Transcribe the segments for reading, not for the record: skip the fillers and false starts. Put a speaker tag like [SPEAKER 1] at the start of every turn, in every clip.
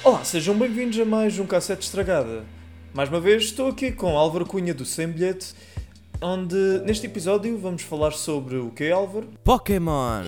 [SPEAKER 1] Olá, sejam bem-vindos a mais um Cassete Estragada. Mais uma vez estou aqui com Álvaro Cunha do Sem Bilhete, onde neste episódio vamos falar sobre o que, Álvaro?
[SPEAKER 2] Pokémon!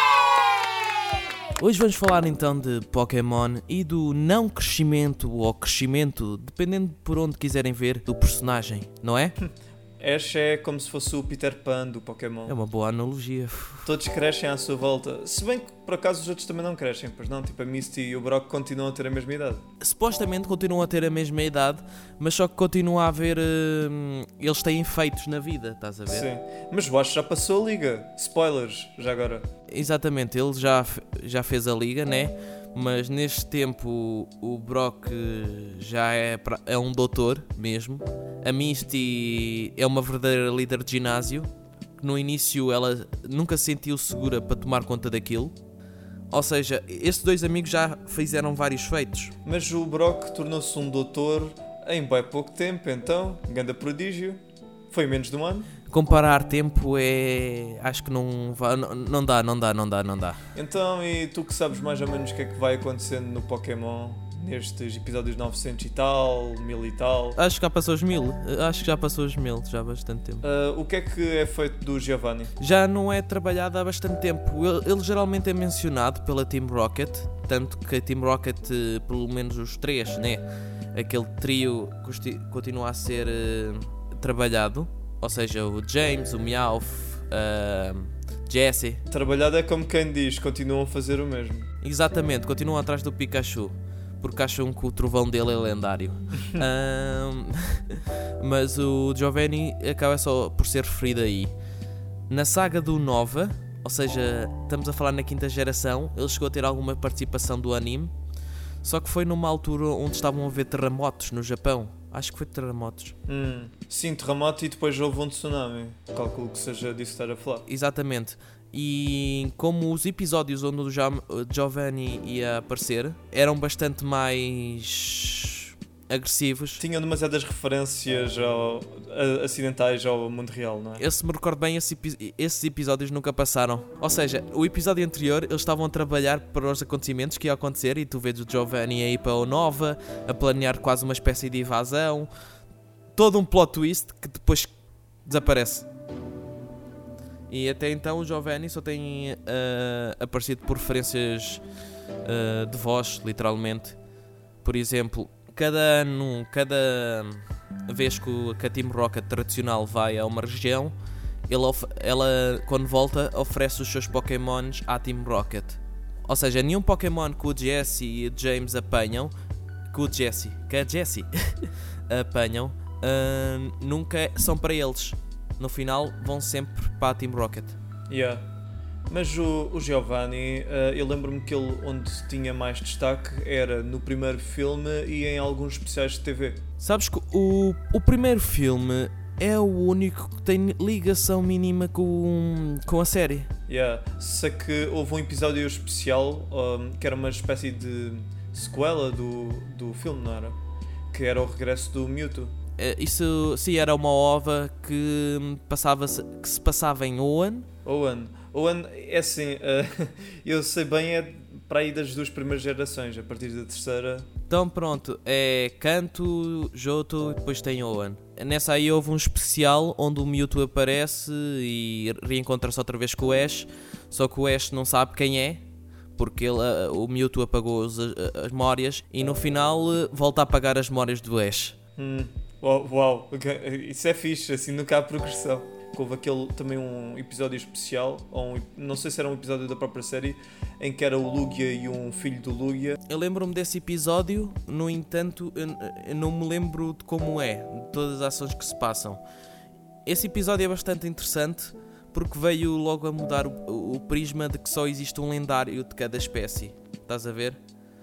[SPEAKER 2] Hoje vamos falar então de Pokémon e do não crescimento ou crescimento, dependendo de por onde quiserem ver, do personagem, não é?
[SPEAKER 1] Ash é como se fosse o Peter Pan do Pokémon.
[SPEAKER 2] É uma boa analogia.
[SPEAKER 1] Todos crescem à sua volta, se bem que por acaso os outros também não crescem, pois não? Tipo a Misty e o Brock continuam a ter a mesma idade.
[SPEAKER 2] Supostamente continuam a ter a mesma idade, mas só que continua a haver... eles têm feitos na vida, estás a ver?
[SPEAKER 1] Sim, mas o Ash já passou a liga. Spoilers, já agora.
[SPEAKER 2] Exatamente, ele já fez a liga, né? Mas neste tempo o Brock já é um doutor mesmo. A Misty é uma verdadeira líder de ginásio. No início ela nunca se sentiu segura para tomar conta daquilo. Ou seja, estes dois amigos já fizeram vários feitos.
[SPEAKER 1] Mas o Brock tornou-se um doutor em bem pouco tempo, então, ganda prodígio. Foi menos de um ano.
[SPEAKER 2] Comparar tempo é... acho que não dá.
[SPEAKER 1] Então, e tu que sabes mais ou menos o que é que vai acontecendo no Pokémon nestes episódios 900 e tal, 1000 e tal?
[SPEAKER 2] Acho que já passou os 1000. Acho que já passou os 1000, já há bastante tempo.
[SPEAKER 1] O que é que é feito do Giovanni?
[SPEAKER 2] Já não é trabalhado há bastante tempo. Ele geralmente é mencionado pela Team Rocket, tanto que a Team Rocket, pelo menos os três, né? Aquele trio continua a ser trabalhado. Ou seja, o James, o Meowth, Jesse.
[SPEAKER 1] Trabalhado é como quem diz, continuam a fazer o mesmo.
[SPEAKER 2] Exatamente, continuam atrás do Pikachu, porque acham que o trovão dele é lendário. Mas o Giovanni acaba só por ser referido aí. Na saga do Nova, ou seja, estamos a falar na quinta geração, ele chegou a ter alguma participação do anime, só que foi numa altura onde estavam a haver terremotos no Japão. Acho que foi terremotos.
[SPEAKER 1] Sim, terremoto e depois houve um tsunami. Calculo que seja disso que estar a falar.
[SPEAKER 2] Exatamente. E como os episódios onde o Giovanni ia aparecer eram bastante mais agressivos.
[SPEAKER 1] Tinham demasiadas referências acidentais ao mundo real, não é?
[SPEAKER 2] Eu se me recordo bem, esses episódios nunca passaram. Ou seja, o episódio anterior eles estavam a trabalhar para os acontecimentos que iam acontecer e tu vês o Giovanni a ir para o Nova, a planear quase uma espécie de invasão. Todo um plot twist que depois desaparece. E até então o Giovanni só tem aparecido por referências de voz, literalmente. Por exemplo, cada vez que a Team Rocket tradicional vai a uma região, ela quando volta oferece os seus Pokémons à Team Rocket. Ou seja, nenhum Pokémon que o Jesse e o James apanham, que a Jessie apanham, nunca são para eles. No final vão sempre para a Team Rocket.
[SPEAKER 1] Yeah. Mas o Giovanni, eu lembro-me que ele onde tinha mais destaque era no primeiro filme e em alguns especiais de TV.
[SPEAKER 2] Sabes que o primeiro filme é o único que tem ligação mínima com a série.
[SPEAKER 1] Yeah. Sei que houve um episódio especial que era uma espécie de sequela do filme, não era? Que era o regresso do Mewtwo.
[SPEAKER 2] Isso sim, era uma ova que se passava em Owen.
[SPEAKER 1] Owen é assim, eu sei bem, é para aí das duas primeiras gerações, a partir da terceira.
[SPEAKER 2] Então pronto, é Kanto, Johto e depois tem Owen. Nessa aí houve um especial onde o Mewtwo aparece e reencontra-se outra vez com o Ash, só que o Ash não sabe quem é, porque o Mewtwo apagou as memórias e no final volta a apagar as memórias do Ash.
[SPEAKER 1] Uau, isso é fixe, assim nunca há progressão. Houve também um episódio especial, não sei se era um episódio da própria série, em que era o Lugia e um filho do Lugia.
[SPEAKER 2] Eu lembro-me desse episódio, no entanto, eu não me lembro de como é, de todas as ações que se passam. Esse episódio é bastante interessante, porque veio logo a mudar o prisma de que só existe um lendário de cada espécie. Estás a ver?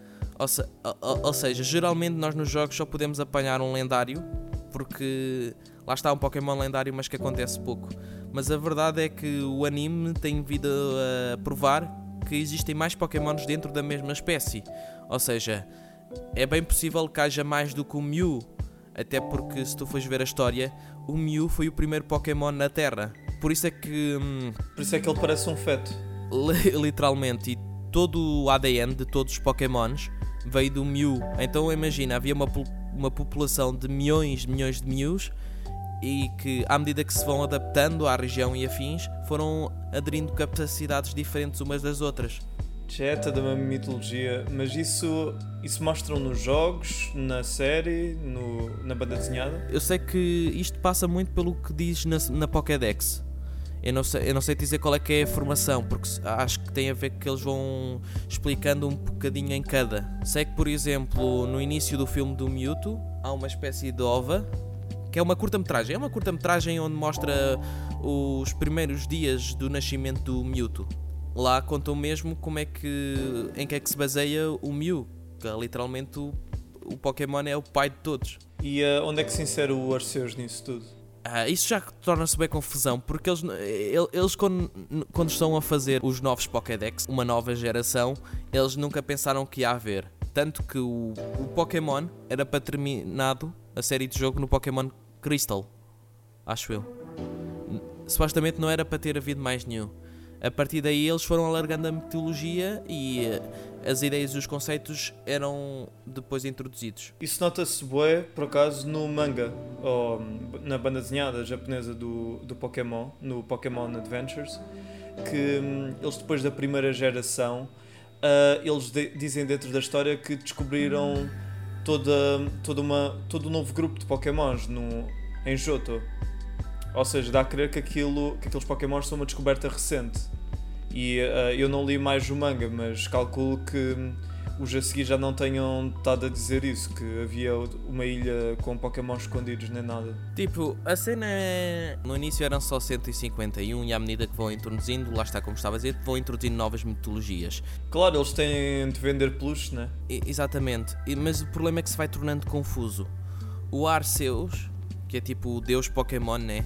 [SPEAKER 2] Ou seja, geralmente nós nos jogos só podemos apanhar um lendário, porque lá está um Pokémon lendário, mas que acontece pouco. Mas a verdade é que o anime tem vindo a provar que existem mais Pokémons dentro da mesma espécie. Ou seja, é bem possível que haja mais do que o Mew. Até porque, se tu fores ver a história, o Mew foi o primeiro Pokémon na Terra. Por isso é que
[SPEAKER 1] ele parece um feto.
[SPEAKER 2] literalmente, e todo o ADN de todos os Pokémons veio do Mew. Então imagina, havia uma população de milhões de Mews e que, à medida que se vão adaptando à região e afins, foram aderindo capacidades diferentes umas das outras.
[SPEAKER 1] Já é toda uma mitologia, mas isso mostram nos jogos, na série, na banda desenhada?
[SPEAKER 2] Eu sei que isto passa muito pelo que diz na Pokédex. Eu não sei dizer qual é que é a formação, porque acho que tem a ver que eles vão explicando um bocadinho em cada. Sei que, por exemplo, no início do filme do Mewtwo, há uma espécie de ova, que é uma curta-metragem. É uma curta-metragem onde mostra os primeiros dias do nascimento do Mewtwo. Lá contam mesmo em que é que se baseia o Mew, que literalmente o Pokémon é o pai de todos.
[SPEAKER 1] E onde é que se insere o Arceus nisso tudo?
[SPEAKER 2] Isso já torna-se bem confusão, porque eles quando estão a fazer os novos Pokédex, uma nova geração, eles nunca pensaram que ia haver. Tanto que o Pokémon era para terminado a série de jogo no Pokémon Crystal, acho eu. Supostamente não era para ter havido mais nenhum. A partir daí eles foram alargando a mitologia e as ideias e os conceitos eram depois introduzidos.
[SPEAKER 1] Isso nota-se bué, por acaso, no manga, ou na banda desenhada japonesa do Pokémon, no Pokémon Adventures, que eles depois da primeira geração, eles dizem dentro da história que descobriram todo um novo grupo de Pokémons em Johto. Ou seja, dá a crer que aqueles Pokémons são uma descoberta recente. E eu não li mais o manga, mas calculo que os a seguir já não tenham estado a dizer isso, que havia uma ilha com Pokémons escondidos nem nada.
[SPEAKER 2] Tipo, a cena é... No início eram só 151 e à medida que vão introduzindo, lá está como estava a dizer, vão introduzindo novas mitologias.
[SPEAKER 1] Claro, eles têm de vender peluche, né?
[SPEAKER 2] Exatamente, mas o problema é que se vai tornando confuso. O Arceus, que é tipo o deus Pokémon, né?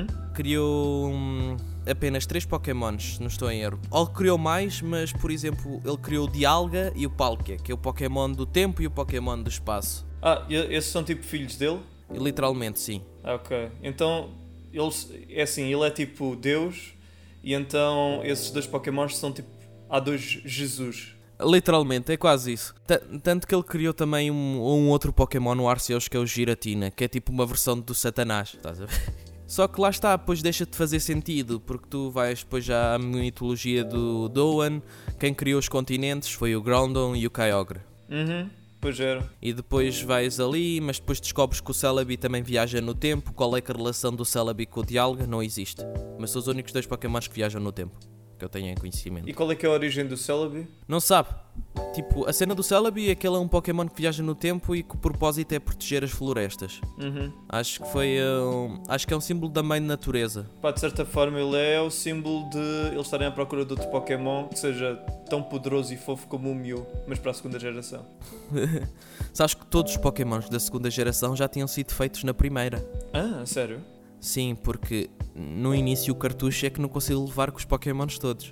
[SPEAKER 2] Criou apenas 3 Pokémons, se não estou em erro. Ou criou mais, mas por exemplo, ele criou o Dialga e o Palkia, que é o Pokémon do tempo e o Pokémon do espaço.
[SPEAKER 1] Esses são tipo filhos dele?
[SPEAKER 2] Literalmente, sim.
[SPEAKER 1] Ok, então ele é tipo Deus, e então esses 2 Pokémons são tipo... Há 2 Jesus.
[SPEAKER 2] Literalmente, é quase isso. Tanto que ele criou também um outro Pokémon no Arceus, que é o Giratina, que é tipo uma versão do Satanás, estás a ver? Só que lá está, depois deixa de fazer sentido, porque tu vais depois já à mitologia do Doan, quem criou os continentes foi o Groudon e o Kyogre.
[SPEAKER 1] Pois era.
[SPEAKER 2] E depois vais ali, mas depois descobres que o Celebi também viaja no tempo. Qual é que a relação do Celebi com o Dialga? Não existe. Mas são os únicos 2 Pokémons que viajam no tempo, que eu tenho em conhecimento.
[SPEAKER 1] E qual é que é a origem do Celebi?
[SPEAKER 2] Não sabe. Tipo, a cena do Celebi é que ele é um Pokémon que viaja no tempo e que o propósito é proteger as florestas. Acho que é um símbolo da mãe natureza.
[SPEAKER 1] De certa forma ele é o símbolo de eles estarem à procura de outro Pokémon que seja tão poderoso e fofo como o Mew, mas para a segunda geração.
[SPEAKER 2] Sabes que todos os Pokémons da segunda geração já tinham sido feitos na primeira.
[SPEAKER 1] Sério?
[SPEAKER 2] Sim, porque no início o cartucho é que não conseguiu levar com os Pokémons todos.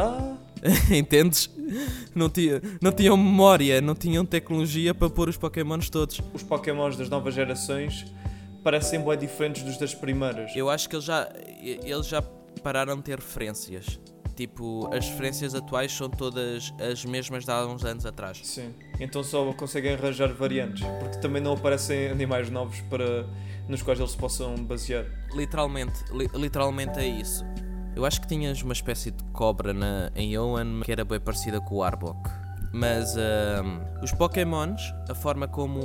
[SPEAKER 2] Entendes? Não tinham memória, não tinham tecnologia para pôr os Pokémons todos.
[SPEAKER 1] Os Pokémons das novas gerações parecem bem diferentes dos das primeiras.
[SPEAKER 2] Eu acho que eles já pararam de ter referências. Tipo, as referências atuais são todas as mesmas de há uns anos atrás.
[SPEAKER 1] Sim, então só conseguem arranjar variantes, porque também não aparecem animais novos nos quais eles se possam basear.
[SPEAKER 2] Literalmente é isso. Eu acho que tinhas uma espécie de cobra em Yoan que era bem parecida com o Arbok. Mas os Pokémons, a forma como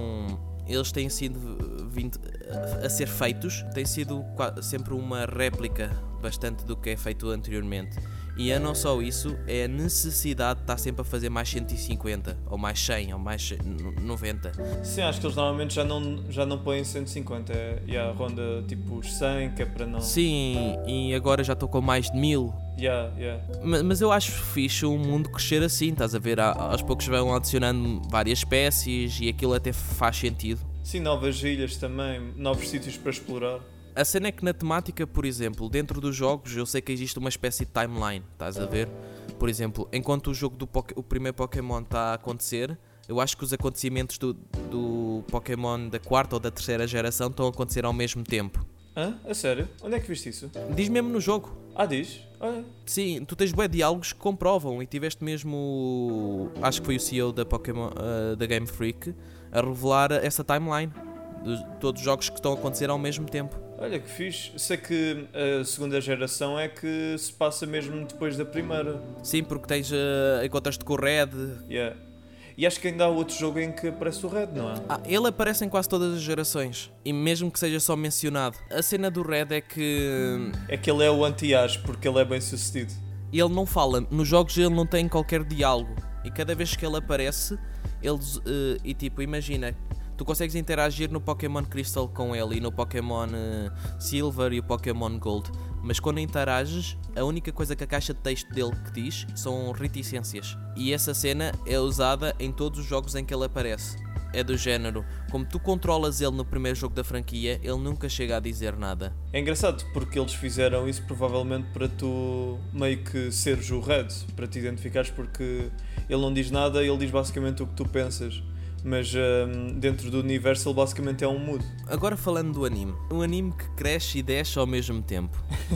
[SPEAKER 2] eles têm sido vindo a ser feitos, tem sido sempre uma réplica bastante do que é feito anteriormente. E é não só isso, é a necessidade de estar sempre a fazer mais 150, ou mais 100, ou mais 90.
[SPEAKER 1] Sim, acho que eles normalmente já não põem 150, é a ronda tipo os 100, que é para não...
[SPEAKER 2] Sim, e agora já estou com mais de 1000. Mas eu acho fixe o mundo crescer assim, estás a ver? Aos poucos vão adicionando várias espécies e aquilo até faz sentido.
[SPEAKER 1] Sim, novas ilhas também, novos sítios para explorar.
[SPEAKER 2] A cena é que na temática, por exemplo, dentro dos jogos eu sei que existe uma espécie de timeline, estás a ver? Por exemplo, enquanto o jogo o primeiro Pokémon está a acontecer, eu acho que os acontecimentos do Pokémon da 4ª ou da 3ª geração estão a acontecer ao mesmo tempo.
[SPEAKER 1] A sério? Onde é que viste isso?
[SPEAKER 2] Diz mesmo no jogo.
[SPEAKER 1] Diz?
[SPEAKER 2] Sim, tu tens bué diálogos que comprovam, e tiveste mesmo, acho que foi o CEO da Pokémon, da Game Freak, a revelar essa timeline de todos os jogos que estão a acontecer ao mesmo tempo.
[SPEAKER 1] Olha que fixe. Sei que a segunda geração é que se passa mesmo depois da primeira.
[SPEAKER 2] Sim, porque tens, encontras-te com o Red.
[SPEAKER 1] Yeah. E acho que ainda há outro jogo em que aparece o Red, não é?
[SPEAKER 2] Ele aparece em quase todas as gerações, e mesmo que seja só mencionado. A cena do Red é que...
[SPEAKER 1] É que ele é o anti-Ash, porque ele é bem sucedido.
[SPEAKER 2] Ele não fala, nos jogos ele não tem qualquer diálogo, e cada vez que ele aparece, e tipo, imagina, tu consegues interagir no Pokémon Crystal com ele e no Pokémon Silver e o Pokémon Gold, mas quando interages, a única coisa que a caixa de texto dele que diz são reticências, e essa cena é usada em todos os jogos em que ele aparece. É do género, como tu controlas ele no primeiro jogo da franquia, ele nunca chega a dizer nada.
[SPEAKER 1] É engraçado porque eles fizeram isso provavelmente para tu meio que seres o Red, para te identificares, porque ele não diz nada, ele diz basicamente o que tu pensas. Mas dentro do universo ele basicamente é um mudo.
[SPEAKER 2] Agora falando do anime, um anime que cresce e desce ao mesmo tempo.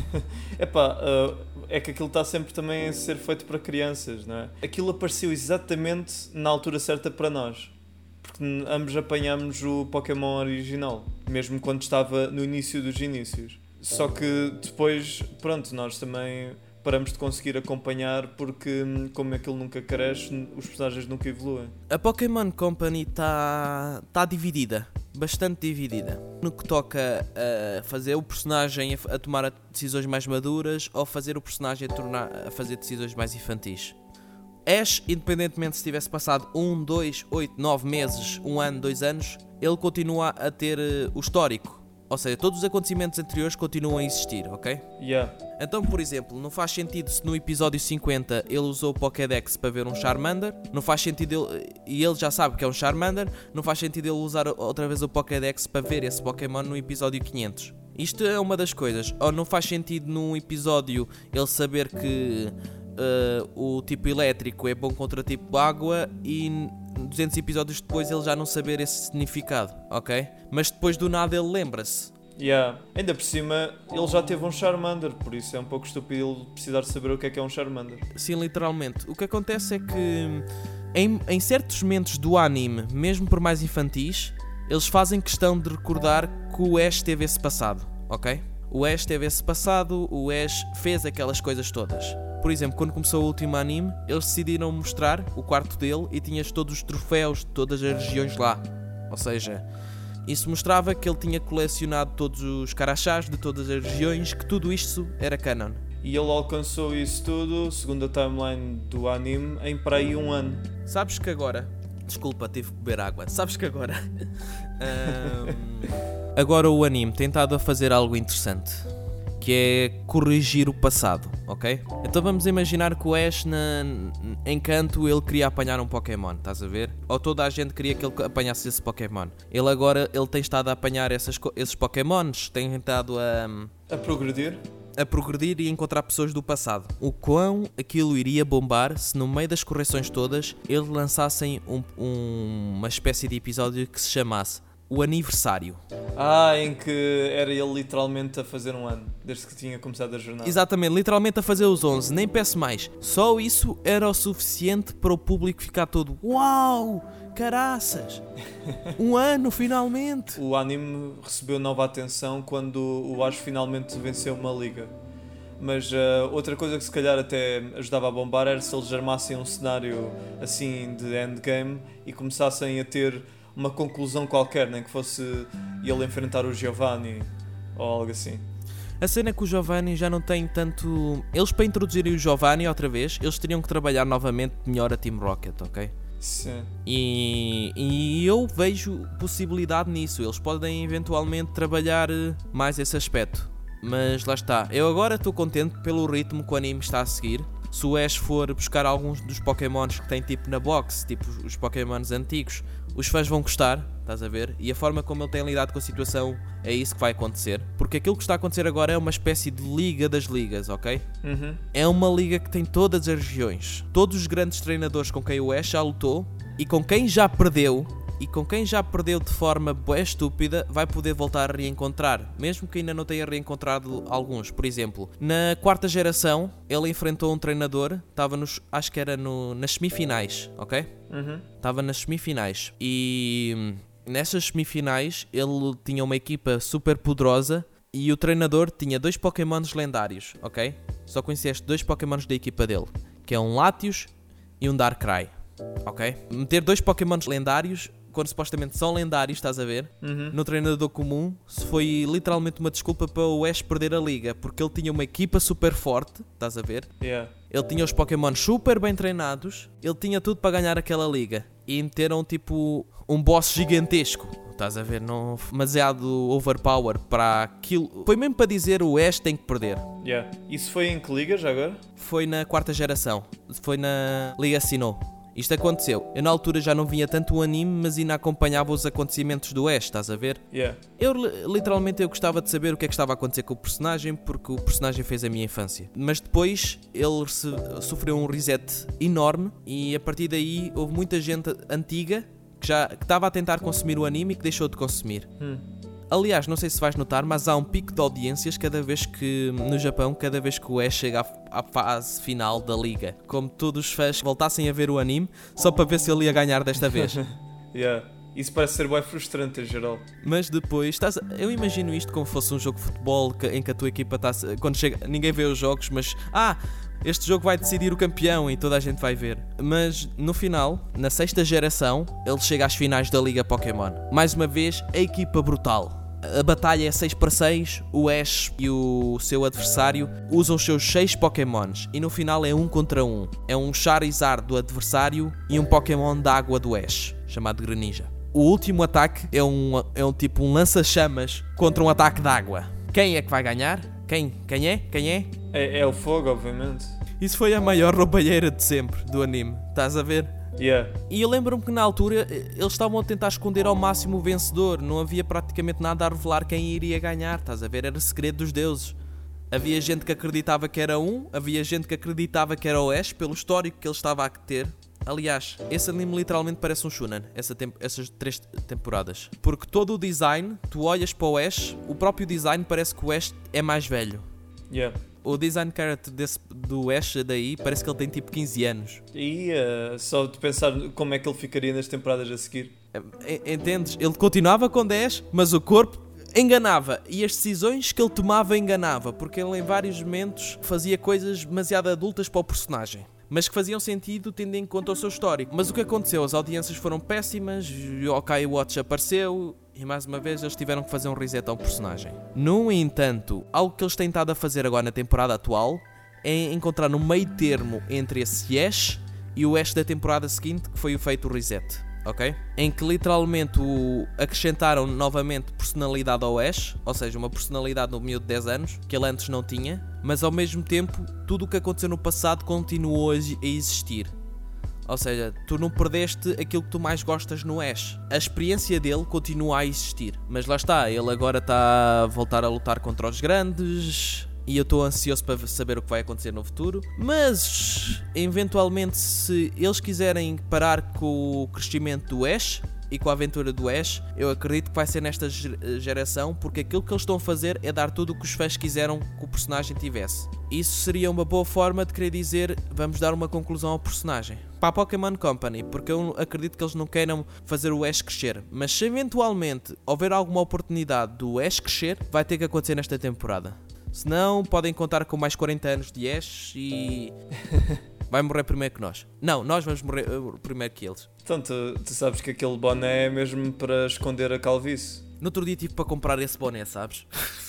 [SPEAKER 1] É que aquilo está sempre também a ser feito para crianças, não é? Aquilo apareceu exatamente na altura certa para nós, porque ambos apanhámos o Pokémon original, mesmo quando estava no início dos inícios. Só que depois, pronto, nós também paramos de conseguir acompanhar porque, como aquilo nunca cresce, os personagens nunca evoluem.
[SPEAKER 2] A Pokémon Company está dividida, bastante dividida, no que toca a fazer o personagem a tomar decisões mais maduras ou fazer o personagem a fazer decisões mais infantis. Ash, independentemente se tivesse passado 1, 2, 8, 9 meses, 1 ano, 2 anos, ele continua a ter o histórico. Ou seja, todos os acontecimentos anteriores continuam a existir, ok?
[SPEAKER 1] Yeah.
[SPEAKER 2] Então, por exemplo, não faz sentido se no episódio 50 ele usou o Pokédex para ver um Charmander, não faz sentido e ele já sabe que é um Charmander, não faz sentido ele usar outra vez o Pokédex para ver esse Pokémon no episódio 500. Isto é uma das coisas. Ou não faz sentido num episódio ele saber que o tipo elétrico é bom contra tipo água e 200 episódios depois ele já não saber esse significado, ok? Mas depois do nada ele lembra-se.
[SPEAKER 1] Yeah. Ainda por cima, ele já teve um Charmander, por isso é um pouco estúpido ele precisar de saber o que é um Charmander.
[SPEAKER 2] Sim, literalmente. O que acontece é que em certos momentos do anime, mesmo por mais infantis, eles fazem questão de recordar que o Ash teve esse passado, ok? O Ash teve esse passado, o Ash fez aquelas coisas todas. Por exemplo, quando começou o último anime, eles decidiram mostrar o quarto dele e tinhas todos os troféus de todas as regiões lá. Ou seja, isso mostrava que ele tinha colecionado todos os Karachás de todas as regiões, que tudo isto era canon.
[SPEAKER 1] E ele alcançou isso tudo, segundo a timeline do anime, em para aí 1 ano.
[SPEAKER 2] Sabes que agora... Desculpa, tive que beber água. Sabes que agora... Agora o anime tem estado a fazer algo interessante, que é corrigir o passado, ok? Então vamos imaginar que o Ash em Kanto ele queria apanhar um Pokémon, estás a ver? Ou toda a gente queria que ele apanhasse esse Pokémon. Ele agora tem estado a apanhar esses Pokémons, tem estado
[SPEAKER 1] a progredir
[SPEAKER 2] e encontrar pessoas do passado. O quão aquilo iria bombar se no meio das correções todas eles lançassem uma espécie de episódio que se chamasse O Aniversário.
[SPEAKER 1] Em que era ele literalmente a fazer 1 ano, desde que tinha começado a jornada.
[SPEAKER 2] Exatamente, literalmente a fazer os 11, nem peço mais. Só isso era o suficiente para o público ficar todo uau, caraças, 1 ano finalmente.
[SPEAKER 1] O anime recebeu nova atenção quando o Ash finalmente venceu uma liga. Mas outra coisa que se calhar até ajudava a bombar era se eles armassem um cenário assim de endgame e começassem a ter uma conclusão qualquer, nem que fosse ele enfrentar o Giovanni ou algo assim.
[SPEAKER 2] A cena é que o Giovanni já não tem tanto... Eles, para introduzirem o Giovanni outra vez, eles teriam que trabalhar novamente melhor a Team Rocket, ok?
[SPEAKER 1] Sim.
[SPEAKER 2] E eu vejo possibilidade nisso. Eles podem eventualmente trabalhar mais esse aspecto. Mas lá está. Eu agora estou contente pelo ritmo que o anime está a seguir. Se o Ash for buscar alguns dos Pokémons que tem tipo na box, tipo os Pokémons antigos, os fãs vão gostar, estás a ver? E a forma como ele tem lidado com a situação é isso que vai acontecer. Porque aquilo que está a acontecer agora é uma espécie de liga das ligas, ok?
[SPEAKER 1] Uhum.
[SPEAKER 2] É uma liga que tem todas as regiões. Todos os grandes treinadores com quem o Ash já lutou e com quem já perdeu e com quem já perdeu de forma bué estúpida vai poder voltar a reencontrar, mesmo que ainda não tenha reencontrado alguns. Por exemplo, na quarta geração ele enfrentou um treinador, estava acho que era nas semifinais, ok? Estava nas semifinais e nessas semifinais ele tinha uma equipa super poderosa e o treinador tinha 2 Pokémons lendários, ok? Só conheceste 2 Pokémons da equipa dele, que é um Latios e um Darkrai, ok? Meter 2 Pokémons lendários, quando supostamente são lendários, estás a ver? No treinador comum, foi literalmente uma desculpa para o Ash perder a liga, porque ele tinha uma equipa super forte, estás a ver?
[SPEAKER 1] Yeah.
[SPEAKER 2] Ele tinha os Pokémons super bem treinados, ele tinha tudo para ganhar aquela liga. E meteram tipo um boss gigantesco, estás a ver? Não demasiado overpower para aquilo. Foi mesmo para dizer o Ash tem que perder.
[SPEAKER 1] Yeah. Isso foi em que liga já agora?
[SPEAKER 2] Foi na quarta geração, foi na Liga Sinnoh. Isto aconteceu. Eu na altura já não via tanto o anime, mas ainda acompanhava os acontecimentos do Ash, estás a ver?
[SPEAKER 1] Yeah.
[SPEAKER 2] Literalmente eu gostava de saber o que é que estava a acontecer com o personagem, porque o personagem fez a minha infância. Mas depois ele sofreu um reset enorme e a partir daí houve muita gente antiga que estava a tentar consumir o anime e que deixou de consumir. Aliás, não sei se vais notar, mas há um pico de audiências no Japão, cada vez que o Ash chega à fase final da liga. Como todos os fãs voltassem a ver o anime, só para ver se ele ia ganhar desta vez.
[SPEAKER 1] Yeah. Isso parece ser bem frustrante em geral.
[SPEAKER 2] Mas depois, eu imagino isto como fosse um jogo de futebol em que a tua equipa está... Quando chega, ninguém vê os jogos, mas... este jogo vai decidir o campeão e toda a gente vai ver. Mas no final, na sexta geração, ele chega às finais da Liga Pokémon. Mais uma vez, a equipa brutal. A batalha é 6-6, o Ash e o seu adversário usam os seus 6 Pokémons e no final é 1 contra 1. É um Charizard do adversário e um Pokémon da água do Ash, chamado Greninja. O último ataque é um tipo um lança-chamas contra um ataque de água. Quem é que vai ganhar? Quem é?
[SPEAKER 1] É o fogo, obviamente.
[SPEAKER 2] Isso foi a maior roubalheira de sempre do anime, estás a ver?
[SPEAKER 1] Yeah.
[SPEAKER 2] E eu lembro-me que na altura eles estavam a tentar esconder ao máximo o vencedor. Não havia praticamente nada a revelar quem iria ganhar, estás a ver? Era segredo dos deuses. Havia gente que acreditava que era havia gente que acreditava que era o Ash pelo histórico que ele estava a ter. Aliás, esse anime literalmente parece um shonen, essas 3 temporadas. Porque todo o design, tu olhas para o Ash, o próprio design parece que o Ash é mais velho.
[SPEAKER 1] Yeah.
[SPEAKER 2] O design character do Ash daí parece que ele tem tipo 15 anos.
[SPEAKER 1] E só de pensar como é que ele ficaria nas temporadas a seguir.
[SPEAKER 2] Entendes? Ele continuava com 10, mas o corpo enganava. E as decisões que ele tomava enganava. Porque ele em vários momentos fazia coisas demasiado adultas para o personagem, mas que faziam sentido tendo em conta o seu histórico. Mas o que aconteceu? As audiências foram péssimas, o Yokai Watch apareceu e mais uma vez eles tiveram que fazer um reset ao personagem. No entanto, algo que eles têm estado a fazer agora na temporada atual é encontrar um meio termo entre esse Ash e o Ash da temporada seguinte, que foi o feito o reset, ok? Em que literalmente acrescentaram novamente personalidade ao Ash, ou seja, uma personalidade no miúdo de 10 anos, que ele antes não tinha, mas ao mesmo tempo tudo o que aconteceu no passado continuou a existir. Ou seja, tu não perdeste aquilo que tu mais gostas no Ash. A experiência dele continua a existir. Mas lá está, ele agora está a voltar a lutar contra os grandes e eu estou ansioso para saber o que vai acontecer no futuro. Mas, eventualmente, se eles quiserem parar com o crescimento do Ash e com a aventura do Ash, eu acredito que vai ser nesta geração, porque aquilo que eles estão a fazer é dar tudo o que os fãs quiseram que o personagem tivesse. Isso seria uma boa forma de querer dizer, vamos dar uma conclusão ao personagem. Para a Pokémon Company, porque eu acredito que eles não queiram fazer o Ash crescer, mas se eventualmente houver alguma oportunidade do Ash crescer, vai ter que acontecer nesta temporada. Senão podem contar com mais 40 anos de Ash e... vai morrer primeiro que nós. Não, nós vamos morrer primeiro que eles.
[SPEAKER 1] Então tu sabes que aquele boné é mesmo para esconder a calvície.
[SPEAKER 2] No outro dia tive para comprar esse boné, sabes?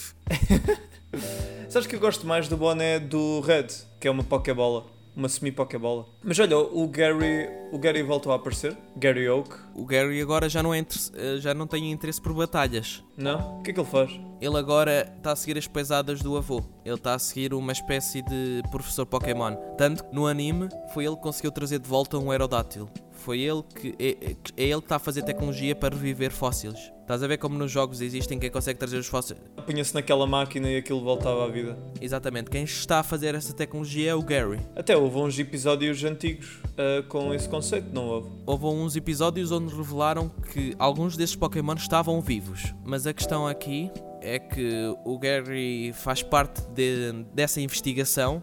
[SPEAKER 1] Sabes que eu gosto mais do boné do Red, que é uma Pokébola. Uma semi-Pokébola. Mas olha, o Gary voltou a aparecer. Gary Oak.
[SPEAKER 2] O Gary agora já não tem interesse por batalhas.
[SPEAKER 1] Não? O que é que ele faz?
[SPEAKER 2] Ele agora está a seguir as pesadas do avô. Ele está a seguir uma espécie de professor Pokémon. Tanto que no anime foi ele que conseguiu trazer de volta um Aerodactyl. foi ele que é ele que está a fazer tecnologia para reviver fósseis. Estás a ver como nos jogos existem quem consegue trazer os fósseis?
[SPEAKER 1] Punha-se naquela máquina e aquilo voltava à vida.
[SPEAKER 2] Exatamente, quem está a fazer essa tecnologia é o Gary.
[SPEAKER 1] Até houve uns episódios antigos com esse conceito, não houve?
[SPEAKER 2] Houve uns episódios onde revelaram que alguns desses Pokémon estavam vivos. Mas a questão aqui é que o Gary faz parte dessa investigação.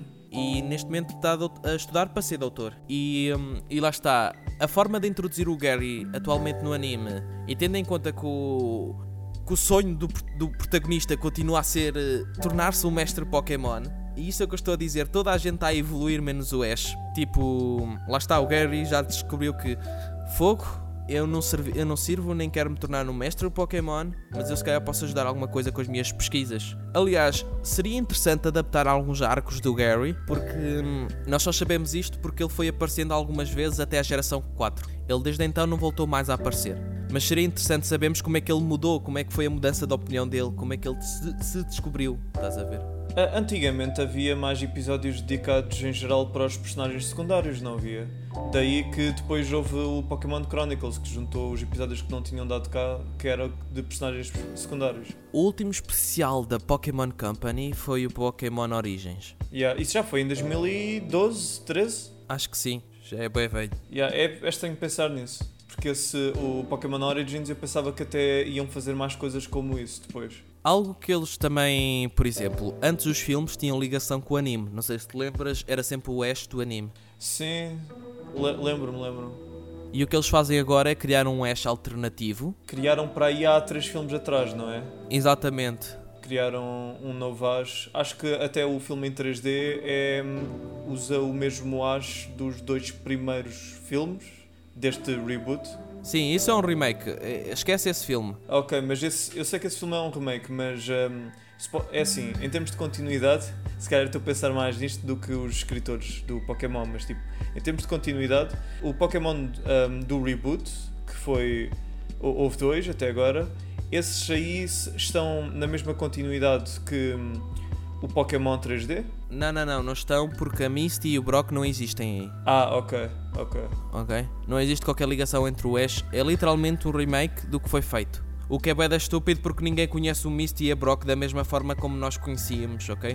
[SPEAKER 2] E neste momento está a estudar para ser doutor. E lá está. A forma de introduzir o Gary atualmente no anime, e tendo em conta que o sonho do protagonista continua a ser tornar-se um mestre Pokémon, e isso é o que eu estou a dizer, toda a gente está a evoluir menos o Ash. Tipo, lá está, o Gary já descobriu que fogo, eu não sirvo nem quero me tornar um mestre Pokémon, mas eu se calhar posso ajudar alguma coisa com as minhas pesquisas. Aliás, seria interessante adaptar alguns arcos do Gary, porque nós só sabemos isto porque ele foi aparecendo algumas vezes até a geração 4. Ele desde então não voltou mais a aparecer. Mas seria interessante sabermos como é que ele mudou, como é que foi a mudança de opinião dele, como é que ele se descobriu, estás a ver?
[SPEAKER 1] Antigamente havia mais episódios dedicados em geral para os personagens secundários, não havia? Daí que depois houve o Pokémon Chronicles, que juntou os episódios que não tinham dado cá, que era de personagens secundários.
[SPEAKER 2] O último especial da Pokémon Company foi o Pokémon Origins.
[SPEAKER 1] Isso já foi em 2012, 13?
[SPEAKER 2] Acho que sim, já é bem velho.
[SPEAKER 1] É estranho pensar nisso, porque o Pokémon Origins eu pensava que até iam fazer mais coisas como isso depois.
[SPEAKER 2] Algo que eles também, por exemplo, antes os filmes tinham ligação com o anime. Não sei se te lembras, era sempre o Ash do anime.
[SPEAKER 1] Sim, lembro-me.
[SPEAKER 2] E o que eles fazem agora é criar um Ash alternativo.
[SPEAKER 1] Criaram para aí há 3 filmes atrás, não é?
[SPEAKER 2] Exatamente.
[SPEAKER 1] Criaram um novo Ash. Acho que até o filme em 3D usa o mesmo Ash dos 2 primeiros filmes deste reboot.
[SPEAKER 2] Sim, isso é um remake. Esquece esse filme.
[SPEAKER 1] Ok, mas eu sei que esse filme é um remake, mas é assim, em termos de continuidade, se calhar estou a pensar mais nisto do que os escritores do Pokémon, mas tipo, em termos de continuidade, o Pokémon do reboot, que foi, houve 2 até agora, esses aí estão na mesma continuidade que o Pokémon 3D?
[SPEAKER 2] Não estão, porque a Misty e o Brock não existem aí.
[SPEAKER 1] Ok.
[SPEAKER 2] Não existe qualquer ligação entre o Ash, é literalmente um remake do que foi feito. O que é bué da estúpido porque ninguém conhece o Misty e a Brock da mesma forma como nós conhecíamos, ok?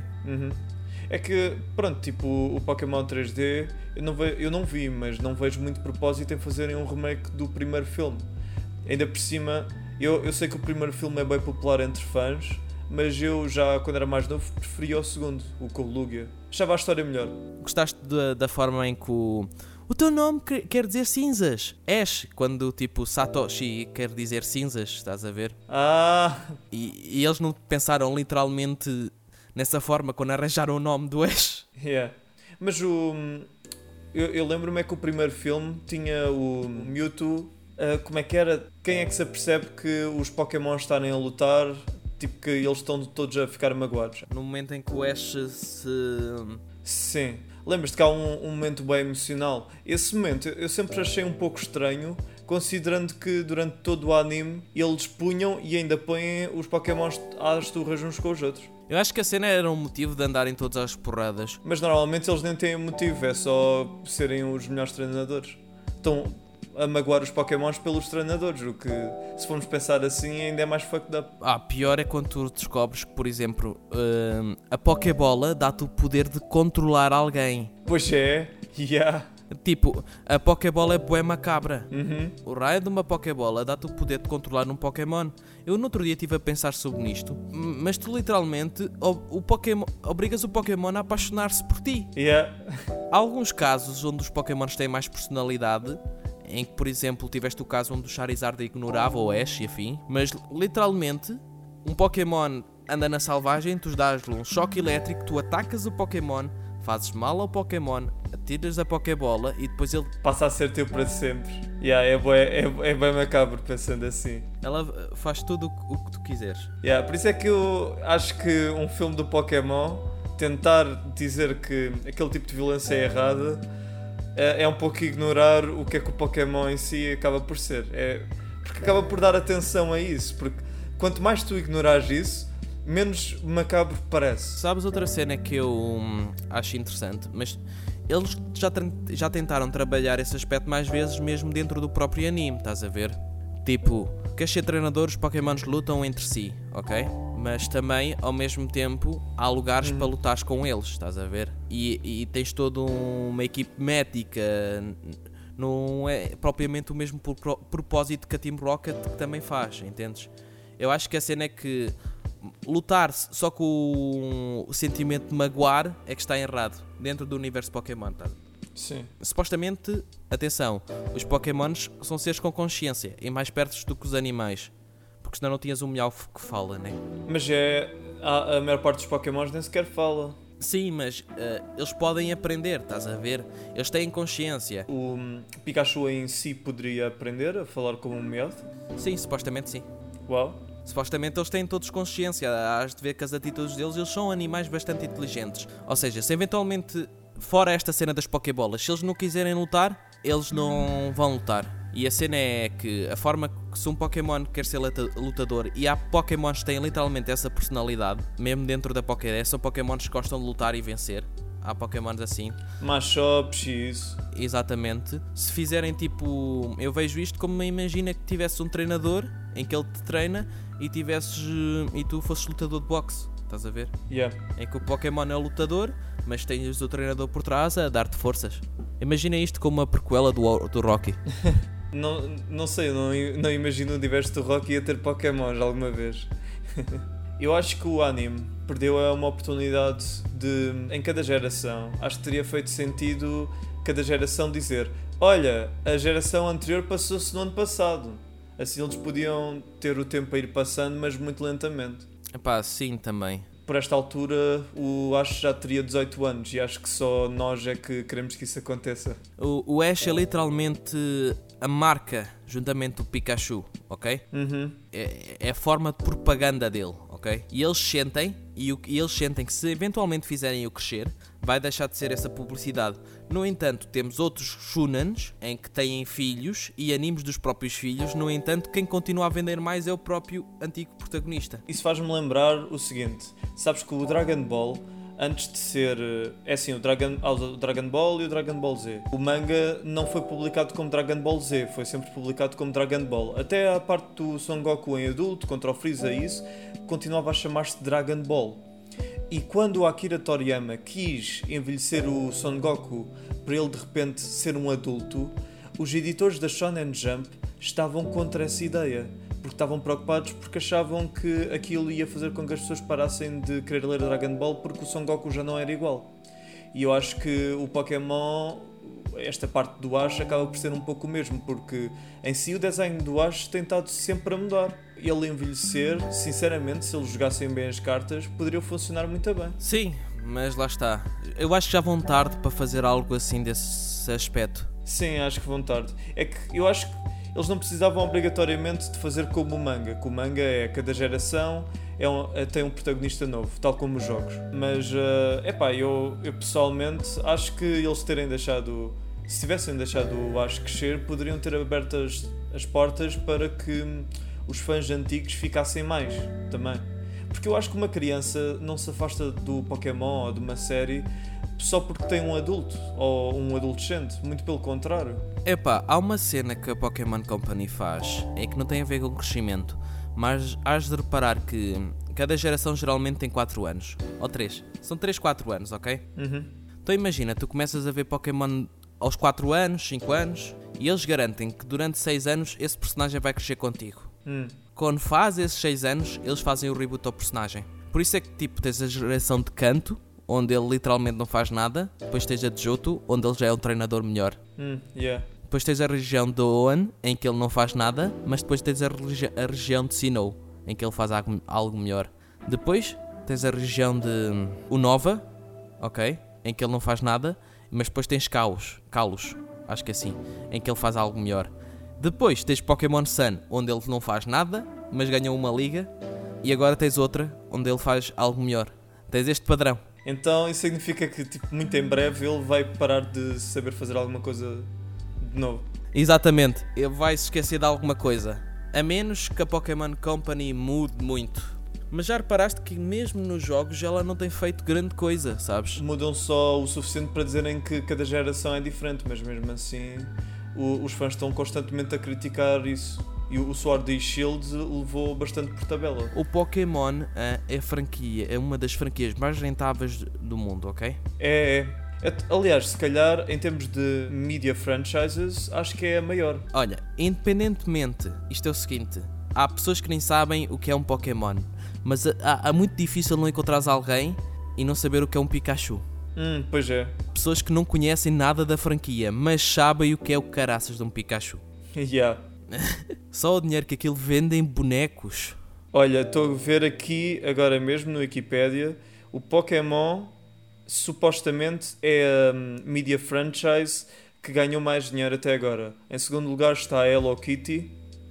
[SPEAKER 1] É que, pronto, tipo, o Pokémon 3D, eu não vi, mas não vejo muito propósito em fazerem um remake do primeiro filme. Ainda por cima, eu sei que o primeiro filme é bem popular entre fãs, mas eu já, quando era mais novo, preferia o segundo, o com o Lugia. Achava a história melhor.
[SPEAKER 2] Gostaste da forma em que o teu nome quer dizer cinzas? Ash, quando tipo Satoshi quer dizer cinzas, estás a ver? E eles não pensaram literalmente nessa forma quando arranjaram o nome do Ash?
[SPEAKER 1] Mas eu lembro-me é que o primeiro filme tinha o Mewtwo. Como é que era? Quem é que se apercebe que os Pokémon estarem a lutar? Tipo que eles estão todos a ficar magoados.
[SPEAKER 2] No momento em que o Ash
[SPEAKER 1] Sim. Lembras-te que há um momento bem emocional. Esse momento eu sempre achei um pouco estranho, considerando que durante todo o anime eles punham e ainda põem os Pokémons às turras uns com os outros.
[SPEAKER 2] Eu acho que a cena era um motivo de andarem todos às porradas.
[SPEAKER 1] Mas normalmente eles nem têm motivo, é só serem os melhores treinadores. Estão a magoar os Pokémons pelos treinadores, o que, se formos pensar assim, ainda é mais fucked up.
[SPEAKER 2] Pior é quando tu descobres que, por exemplo, a Pokébola dá-te o poder de controlar alguém.
[SPEAKER 1] Pois é,
[SPEAKER 2] Tipo, a Pokébola é bué macabra. O raio de uma Pokébola dá-te o poder de controlar um Pokémon. Eu no outro dia estive a pensar sobre isto, mas tu literalmente obrigas o Pokémon a apaixonar-se por ti. Há alguns casos onde os Pokémons têm mais personalidade, em que, por exemplo, tiveste o caso onde o Charizard ignorava o Ash e afim, mas literalmente um Pokémon anda na selvagem, tu dás-lhe um choque elétrico, tu atacas o Pokémon, fazes mal ao Pokémon, atiras a Pokébola e depois ele
[SPEAKER 1] passa a ser teu para sempre. É bem macabro pensando assim.
[SPEAKER 2] Ela faz tudo o que tu quiseres.
[SPEAKER 1] Por isso é que eu acho que um filme do Pokémon tentar dizer que aquele tipo de violência é errada é um pouco ignorar o que é que o Pokémon em si acaba por ser. Porque acaba por dar atenção a isso. Porque quanto mais tu ignorares isso, menos macabro parece.
[SPEAKER 2] Sabes outra cena que eu acho interessante? Mas eles já tentaram trabalhar esse aspecto mais vezes mesmo dentro do próprio anime, estás a ver? Tipo, queres ser treinador, os Pokémons lutam entre si, ok? Mas também, ao mesmo tempo, há lugares para lutares com eles, estás a ver? E tens toda uma equipe médica, não é propriamente o mesmo propósito que a Team Rocket que também faz, entendes? Eu acho que a cena é que lutar só com o sentimento de magoar é que está errado dentro do universo Pokémon, tá?
[SPEAKER 1] Sim.
[SPEAKER 2] Supostamente, atenção, os Pokémons são seres com consciência e mais perto do que os animais, porque senão não tinhas um Meowth que fala, né?
[SPEAKER 1] Mas a maior parte dos Pokémons nem sequer fala.
[SPEAKER 2] Sim, mas eles podem aprender, estás a ver? Eles têm consciência.
[SPEAKER 1] O Pikachu em si poderia aprender a falar como um Meowth?
[SPEAKER 2] Sim, supostamente sim.
[SPEAKER 1] Uau.
[SPEAKER 2] Supostamente eles têm todos consciência, has de ver que as atitudes deles, eles são animais bastante inteligentes. Ou seja, se eventualmente, fora esta cena das Pokébolas, se eles não quiserem lutar, eles não vão lutar. E a cena é que a forma que se um Pokémon quer ser lutador, e há Pokémons que têm literalmente essa personalidade, mesmo dentro da Pokédex, são Pokémons que gostam de lutar e vencer. Há Pokémons assim.
[SPEAKER 1] Machops e isso.
[SPEAKER 2] Exatamente. Se fizerem tipo... Eu vejo isto como imagina que tivesse um treinador em que ele te treina e tu fosses lutador de boxe. Estás a ver?
[SPEAKER 1] Yeah.
[SPEAKER 2] Em que o Pokémon é lutador, mas tens o treinador por trás a dar-te forças. Imagina isto como uma prequela do Rocky.
[SPEAKER 1] Não sei, não imagino o universo do Rocky a ter Pokémons alguma vez. Eu acho que o anime perdeu uma oportunidade de, em cada geração, acho que teria feito sentido cada geração dizer: olha, a geração anterior passou-se no ano passado. Assim eles podiam ter o tempo a ir passando, mas muito lentamente.
[SPEAKER 2] Epá, sim, também.
[SPEAKER 1] Por esta altura, o Ash já teria 18 anos e acho que só nós é que queremos que isso aconteça.
[SPEAKER 2] O Ash é literalmente a marca, juntamente do Pikachu, ok?
[SPEAKER 1] Uhum.
[SPEAKER 2] É a forma de propaganda dele, ok? E eles sentem que se eventualmente fizerem o crescer, vai deixar de ser essa publicidade. No entanto, temos outros shunans em que têm filhos e animes dos próprios filhos. No entanto, quem continua a vender mais é o próprio antigo protagonista.
[SPEAKER 1] Isso faz-me lembrar o seguinte: sabes que o Dragon Ball, antes de ser... É assim, o Dragon Ball e o Dragon Ball Z. O manga não foi publicado como Dragon Ball Z, foi sempre publicado como Dragon Ball. Até a parte do Son Goku em adulto, contra o Freeza e isso, continuava a chamar-se Dragon Ball. E quando o Akira Toriyama quis envelhecer o Son Goku para ele de repente ser um adulto, os editores da Shonen Jump estavam contra essa ideia. Porque estavam preocupados porque achavam que aquilo ia fazer com que as pessoas parassem de querer ler Dragon Ball porque o Son Goku já não era igual. E eu acho que o Pokémon, esta parte do Ash, acaba por ser um pouco o mesmo, porque em si o desenho do Ash tem estado sempre a mudar. Ele envelhecer, sinceramente, se eles jogassem bem as cartas, poderia funcionar muito bem.
[SPEAKER 2] Sim, mas lá está. Eu acho que já vão tarde para fazer algo assim desse aspecto.
[SPEAKER 1] Sim, acho que vão tarde. É que eu acho que eles não precisavam obrigatoriamente de fazer como o manga, que o manga é cada geração tem um protagonista novo, tal como os jogos. Mas, eu pessoalmente acho que eles terem deixado, se tivessem deixado o Ash crescer, poderiam ter aberto as portas para que os fãs antigos ficassem mais também. Porque eu acho que uma criança não se afasta do Pokémon ou de uma série só porque tem um adulto ou um adolescente, muito pelo contrário.
[SPEAKER 2] Epá, há uma cena que a Pokémon Company faz, é que não tem a ver com crescimento, mas has de reparar que cada geração geralmente tem 4 anos, ou 3, são 3, 4 anos, ok?
[SPEAKER 1] Uhum.
[SPEAKER 2] Então imagina, tu começas a ver Pokémon aos 4 anos, 5 anos, e eles garantem que durante 6 anos esse personagem vai crescer contigo. Quando faz esses 6 anos, eles fazem o reboot ao personagem. Por isso é que tipo tens a geração de Kanto, onde ele literalmente não faz nada. Depois tens a de Johto, onde ele já é um treinador melhor.
[SPEAKER 1] Yeah.
[SPEAKER 2] Depois tens a região de Oan, em que ele não faz nada. Mas depois tens a região de Sinnoh, em que ele faz algo melhor. Depois tens a região de Unova, ok, em que ele não faz nada. Mas depois tens Kalos, acho que é assim, em que ele faz algo melhor. Depois tens Pokémon Sun, onde ele não faz nada, mas ganhou uma liga. E agora tens outra, onde ele faz algo melhor. Tens este padrão.
[SPEAKER 1] Então isso significa que muito em breve ele vai parar de saber fazer alguma coisa de novo.
[SPEAKER 2] Exatamente, ele vai se esquecer de alguma coisa. A menos que a Pokémon Company mude muito. Mas já reparaste que mesmo nos jogos ela não tem feito grande coisa, sabes?
[SPEAKER 1] Mudam só o suficiente para dizerem que cada geração é diferente, mas mesmo assim os fãs estão constantemente a criticar isso. E o Sword e Shield levou bastante por tabela.
[SPEAKER 2] O Pokémon é uma das franquias mais rentáveis do mundo, ok?
[SPEAKER 1] Aliás, se calhar, em termos de media franchises, acho que é a maior.
[SPEAKER 2] Olha, independentemente, isto é o seguinte, há pessoas que nem sabem o que é um Pokémon, mas há muito difícil não encontrares alguém e não saber o que é um Pikachu.
[SPEAKER 1] Pois é.
[SPEAKER 2] Pessoas que não conhecem nada da franquia, mas sabem o que é o caraças de um Pikachu.
[SPEAKER 1] Yeah.
[SPEAKER 2] Só o dinheiro que aquilo vende em bonecos.
[SPEAKER 1] Olha, estou a ver aqui, agora mesmo, no Wikipedia, o Pokémon supostamente é a media franchise que ganhou mais dinheiro até agora. Em segundo lugar está a Hello Kitty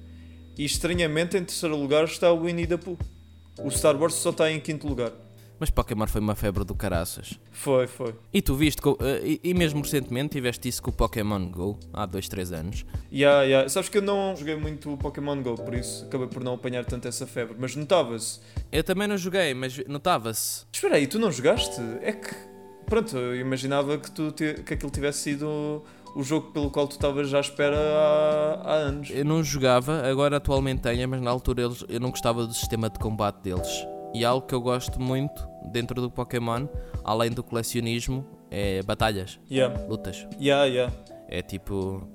[SPEAKER 1] e, estranhamente, em terceiro lugar está o Winnie the Pooh. O Star Wars só está em quinto lugar.
[SPEAKER 2] Mas Pokémon foi uma febre do caraças.
[SPEAKER 1] Foi.
[SPEAKER 2] E tu viste, e mesmo recentemente tiveste isso com o Pokémon GO, há 2-3 anos.
[SPEAKER 1] Yeah. Sabes que eu não joguei muito o Pokémon GO, por isso acabei por não apanhar tanto essa febre, mas notava-se.
[SPEAKER 2] Eu também não joguei, mas notava-se.
[SPEAKER 1] Espera aí, tu não jogaste? É que, pronto, eu imaginava que aquilo tivesse sido o jogo pelo qual tu estavas já à espera há anos.
[SPEAKER 2] Eu não jogava, agora atualmente tenho, mas na altura eu não gostava do sistema de combate deles. E algo que eu gosto muito dentro do Pokémon, além do colecionismo, é batalhas, lutas.
[SPEAKER 1] Yeah.
[SPEAKER 2] É tipo,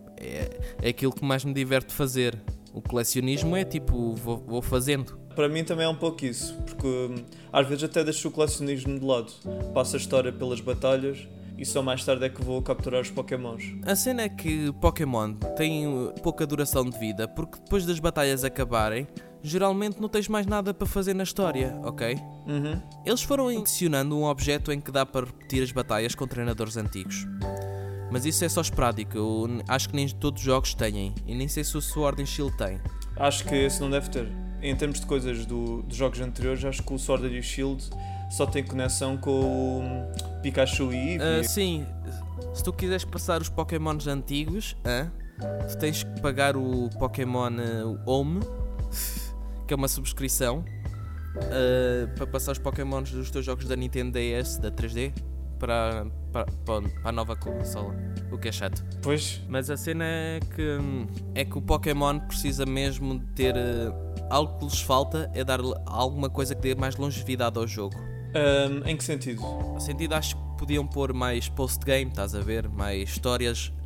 [SPEAKER 2] é aquilo que mais me diverte fazer. O colecionismo é tipo, vou fazendo.
[SPEAKER 1] Para mim também é um pouco isso, porque às vezes até deixo o colecionismo de lado. Passo a história pelas batalhas e só mais tarde é que vou capturar os Pokémons.
[SPEAKER 2] A cena é que Pokémon tem pouca duração de vida, porque depois das batalhas acabarem, geralmente não tens mais nada para fazer na história, ok? Eles foram adicionando um objeto em que dá para repetir as batalhas com treinadores antigos. Mas isso é só esporádico, eu acho que nem todos os jogos têm, e nem sei se o Sword and Shield tem.
[SPEAKER 1] Acho que esse não deve ter. Em termos de coisas dos jogos anteriores, acho que o Sword and Shield só tem conexão com o Pikachu e Eevee.
[SPEAKER 2] Sim, se tu quiseres passar os Pokémons antigos, tu tens que pagar o Pokémon Home, que é uma subscrição, para passar os Pokémons dos teus jogos da Nintendo DS, da 3D, para a nova consola, o que é chato.
[SPEAKER 1] Pois.
[SPEAKER 2] Mas a cena é que o Pokémon precisa mesmo de ter algo que lhes falta, é dar alguma coisa que dê mais longevidade ao jogo.
[SPEAKER 1] Em que sentido?
[SPEAKER 2] No sentido, acho que podiam pôr mais post-game, estás a ver? Mais histórias,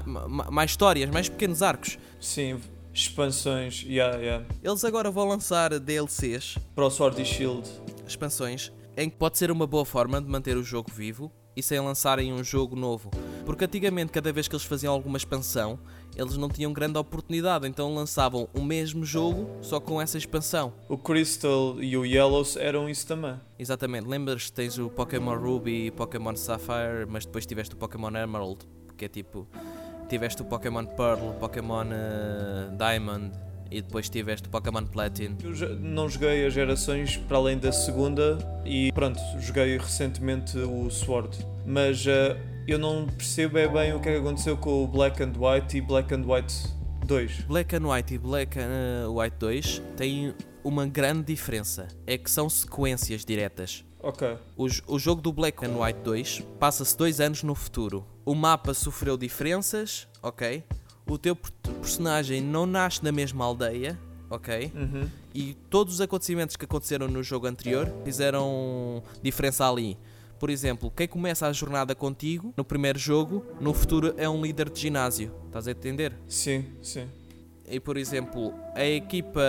[SPEAKER 2] mais pequenos arcos.
[SPEAKER 1] Sim, expansões, yeah.
[SPEAKER 2] Eles agora vão lançar DLCs
[SPEAKER 1] para o Sword e Shield.
[SPEAKER 2] Expansões, em que pode ser uma boa forma de manter o jogo vivo e sem lançarem um jogo novo. Porque antigamente, cada vez que eles faziam alguma expansão, eles não tinham grande oportunidade, então lançavam o mesmo jogo, só com essa expansão.
[SPEAKER 1] O Crystal e o Yellow eram isso também.
[SPEAKER 2] Exatamente, lembras que tens o Pokémon Ruby e Pokémon Sapphire, mas depois tiveste o Pokémon Emerald, que é tipo... Tiveste o Pokémon Pearl, o Pokémon Diamond e depois tiveste o Pokémon Platinum.
[SPEAKER 1] Eu não joguei as gerações para além da segunda e pronto, joguei recentemente o Sword. Mas eu não percebo bem o que é que aconteceu com o Black and White e Black and White 2.
[SPEAKER 2] Black and White e Black and White 2 têm uma grande diferença. É que são sequências diretas.
[SPEAKER 1] Ok.
[SPEAKER 2] O jogo do Black and White 2 passa-se 2 anos no futuro. O mapa sofreu diferenças, ok? O teu personagem não nasce na mesma aldeia, ok? E todos os acontecimentos que aconteceram no jogo anterior fizeram diferença ali. Por exemplo, quem começa a jornada contigo no primeiro jogo, no futuro é um líder de ginásio. Estás a entender?
[SPEAKER 1] Sim.
[SPEAKER 2] E por exemplo, a equipa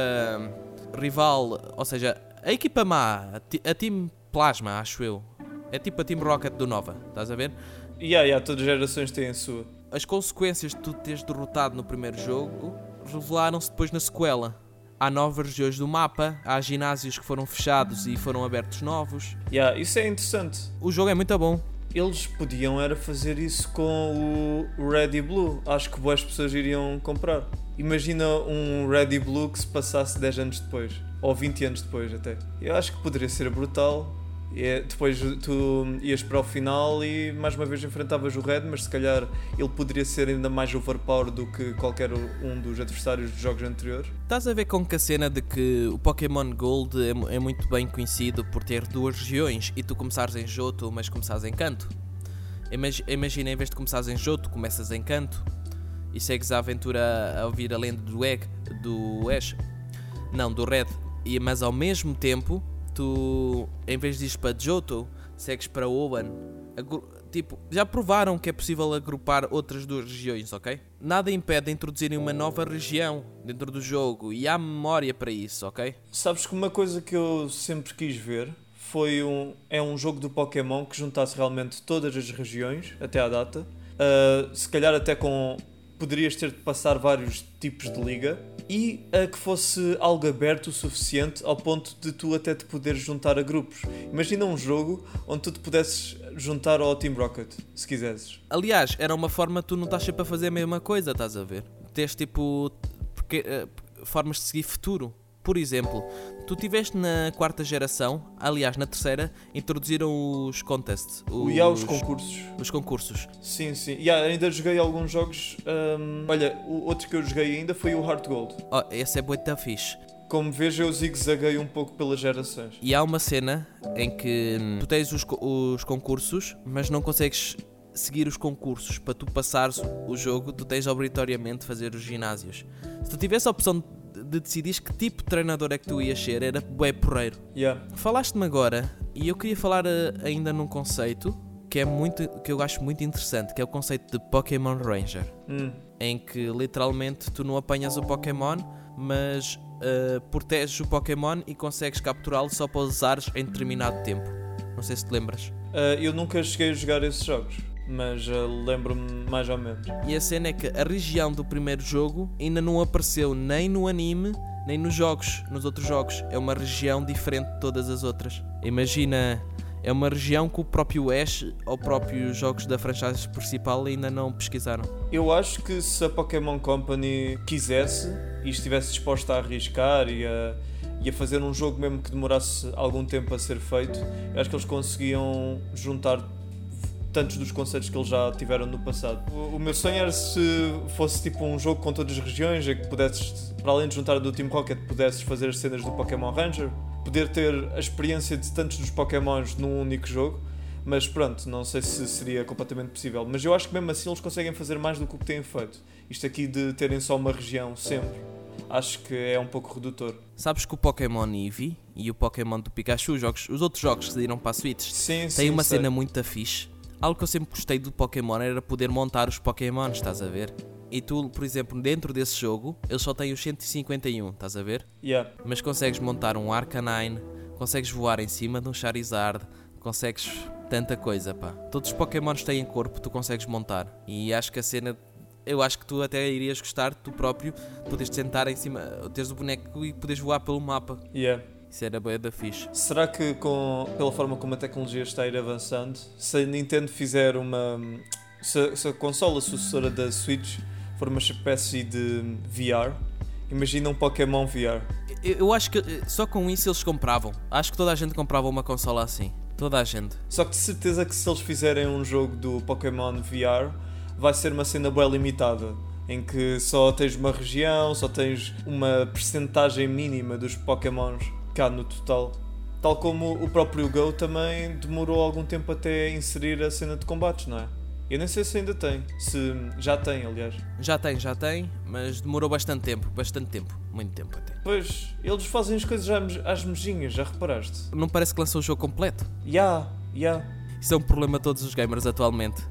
[SPEAKER 2] rival, ou seja, a equipa má, a Team Plasma, acho eu. É tipo a Team Rocket do Nova, estás a ver?
[SPEAKER 1] Todas as gerações têm a sua.
[SPEAKER 2] As consequências de tu teres derrotado no primeiro jogo revelaram-se depois na sequela. Há novas regiões do mapa, há ginásios que foram fechados e foram abertos novos.
[SPEAKER 1] Isso é interessante.
[SPEAKER 2] O jogo é muito bom.
[SPEAKER 1] Eles podiam era fazer isso com o Red e Blue. Acho que boas pessoas iriam comprar. Imagina um Red e Blue que se passasse 10 anos depois. Ou 20 anos depois até. Eu acho que poderia ser brutal. Depois tu ias para o final e mais uma vez enfrentavas o Red, mas se calhar ele poderia ser ainda mais overpowered do que qualquer um dos adversários dos jogos anteriores.
[SPEAKER 2] Estás a ver com que a cena de que o Pokémon Gold é muito bem conhecido por ter 2 regiões e tu começares em Johto, mas começares em Kanto? Imagina, em vez de começares em Johto, começas em Kanto e segues a aventura a ouvir a lenda do Ash. Não, do Red. Mas ao mesmo tempo, tu, em vez de ir para Johto, segues para Hoenn. Tipo, já provaram que é possível agrupar outras 2 regiões, ok? Nada impede de introduzirem uma nova região dentro do jogo e há memória para isso, ok?
[SPEAKER 1] Sabes que uma coisa que eu sempre quis ver é um jogo do Pokémon que juntasse realmente todas as regiões, até à data. Se calhar até poderias ter de passar vários tipos de liga e que fosse algo aberto o suficiente ao ponto de tu até te poderes juntar a grupos. Imagina um jogo onde tu te pudesses juntar ao Team Rocket, se quisesses.
[SPEAKER 2] Aliás, era uma forma de tu não estás sempre a fazer a mesma coisa, estás a ver? Tens tipo formas de seguir futuro. Por exemplo, tu tiveste na 4ª geração, aliás na 3ª, introduziram os contests.
[SPEAKER 1] Os concursos.
[SPEAKER 2] Os concursos.
[SPEAKER 1] Sim. Ainda joguei alguns jogos. Olha, o outro que eu joguei ainda foi o Heart Gold.
[SPEAKER 2] Esse é muito fixe.
[SPEAKER 1] Como vejo, eu zigue-zaguei um pouco pelas gerações.
[SPEAKER 2] E há uma cena em que tu tens os concursos, mas não consegues seguir os concursos. Para tu passares o jogo, tu tens obrigatoriamente de fazer os ginásios. Se tu tivesse a opção de decidir que tipo de treinador é que tu ias ser, era bué porreiro. Falaste-me agora, e eu queria falar ainda num conceito que eu acho muito interessante, que é o conceito de Pokémon Ranger. Em que literalmente tu não apanhas o Pokémon, mas proteges o Pokémon e consegues capturá-lo só para usares em determinado tempo. Não sei se te lembras.
[SPEAKER 1] Eu nunca cheguei a jogar esses jogos, mas lembro-me mais ou menos.
[SPEAKER 2] E a cena é que a região do primeiro jogo ainda não apareceu nem no anime, nem nos outros jogos. É uma região diferente de todas as outras. Imagina, é uma região que o próprio Ash ou próprios jogos da franchise principal ainda não pesquisaram.
[SPEAKER 1] Eu acho que se a Pokémon Company quisesse e estivesse disposta a arriscar e a fazer um jogo mesmo que demorasse algum tempo a ser feito, eu acho que eles conseguiam juntar tantos dos conceitos que eles já tiveram no passado. O meu sonho era se fosse tipo um jogo com todas as regiões, em que pudesses, para além de juntar do Team Rocket, pudesses fazer as cenas do Pokémon Ranger, poder ter a experiência de tantos dos Pokémons num único jogo, mas pronto, não sei se seria completamente possível. Mas eu acho que mesmo assim eles conseguem fazer mais do que o que têm feito. Isto aqui de terem só uma região sempre, acho que é um pouco redutor.
[SPEAKER 2] Sabes que o Pokémon Eevee e o Pokémon do Pikachu, os outros jogos que saíram para a Switch, têm uma cena muito fixe. Algo que eu sempre gostei do Pokémon era poder montar os Pokémons, estás a ver? E tu, por exemplo, dentro desse jogo, eles só têm os 151, estás a ver? Mas consegues montar um Arcanine, consegues voar em cima de um Charizard, consegues tanta coisa, pá. Todos os Pokémons têm corpo, tu consegues montar. E acho que a cena... Eu acho que tu até irias gostar, tu próprio, podes sentar em cima, teres o boneco e podes voar pelo mapa. Isso era bué da fixe.
[SPEAKER 1] Será que pela forma como a tecnologia está a ir avançando, se a Nintendo fizer se a consola sucessora da Switch for uma espécie de VR, imagina um Pokémon VR.
[SPEAKER 2] Eu acho que só com isso eles compravam. Acho que toda a gente comprava uma consola assim. Toda a gente.
[SPEAKER 1] Só que de certeza que se eles fizerem um jogo do Pokémon VR, vai ser uma cena bem limitada, em que só tens uma região, só tens uma percentagem mínima dos Pokémons cá no total. Tal como o próprio Go também demorou algum tempo até inserir a cena de combates, não é? Eu nem sei se ainda tem, se já tem, aliás.
[SPEAKER 2] Já tem, mas demorou bastante tempo, muito tempo até.
[SPEAKER 1] Pois, eles fazem as coisas às mejinhas, já reparaste?
[SPEAKER 2] Não parece que lançou o jogo completo?
[SPEAKER 1] Isso
[SPEAKER 2] é um problema de todos os gamers atualmente.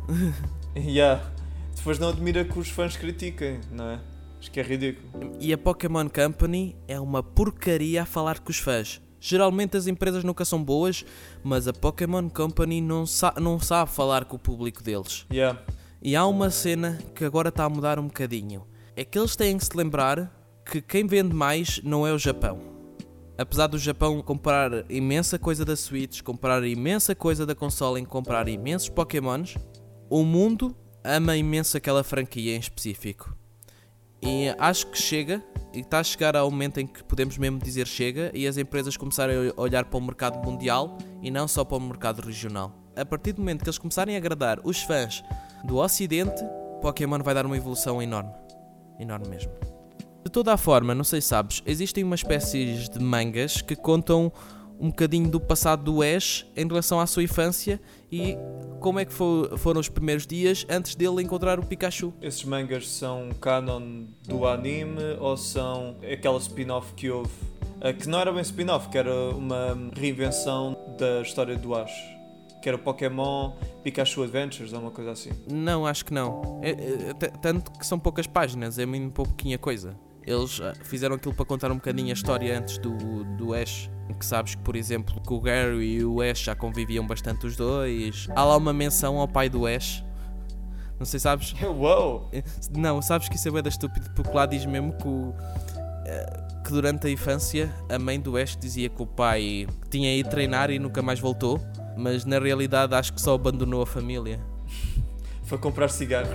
[SPEAKER 1] Depois não admira que os fãs critiquem, não é? Acho que é ridículo.
[SPEAKER 2] E a Pokémon Company é uma porcaria a falar com os fãs. Geralmente as empresas nunca são boas, mas a Pokémon Company não sabe falar com o público deles. E há uma cena que agora está a mudar um bocadinho. É que eles têm que se lembrar que quem vende mais não é o Japão. Apesar do Japão comprar imensa coisa da Switch, comprar imensa coisa da consola e comprar imensos Pokémons, o mundo ama imenso aquela franquia em específico. E acho que chega e está a chegar ao momento em que podemos mesmo dizer chega e as empresas começarem a olhar para o mercado mundial e não só para o mercado regional. A partir do momento que eles começarem a agradar os fãs do Ocidente, Pokémon vai dar uma evolução enorme. Enorme mesmo. De toda a forma, não sei se sabes, existem umas espécies de mangas que contam um bocadinho do passado do Ash em relação à sua infância e como é que foram os primeiros dias antes dele encontrar o Pikachu.
[SPEAKER 1] Esses mangas são canon do anime ou são aquela spin-off que houve? Que não era bem spin-off, que era uma reinvenção da história do Ash. Que era o Pokémon Pikachu Adventures ou uma coisa assim.
[SPEAKER 2] Não, acho que não. Tanto que são poucas páginas, é muito pouquinha coisa. Eles fizeram aquilo para contar um bocadinho a história antes do Ash. Que sabes que, por exemplo, que o Gary e o Ash já conviviam bastante os dois. Há lá uma menção ao pai do Ash. Não sei, sabes?
[SPEAKER 1] Uou!
[SPEAKER 2] Não, sabes que isso é bué da estúpido, porque lá diz mesmo que durante a infância a mãe do Ash dizia que o pai tinha ido treinar e nunca mais voltou. Mas na realidade acho que só abandonou a família.
[SPEAKER 1] Foi comprar cigarros.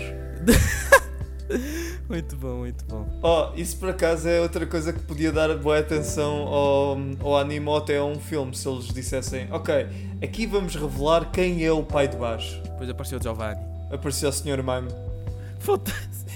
[SPEAKER 2] Muito bom, muito bom.
[SPEAKER 1] Isso por acaso é outra coisa que podia dar boa atenção ao anime ou até a um filme, se eles dissessem: ok, aqui vamos revelar quem é o pai do Ash.
[SPEAKER 2] Depois apareceu o Giovanni.
[SPEAKER 1] Apareceu o Sr. Mime.
[SPEAKER 2] Foda-se.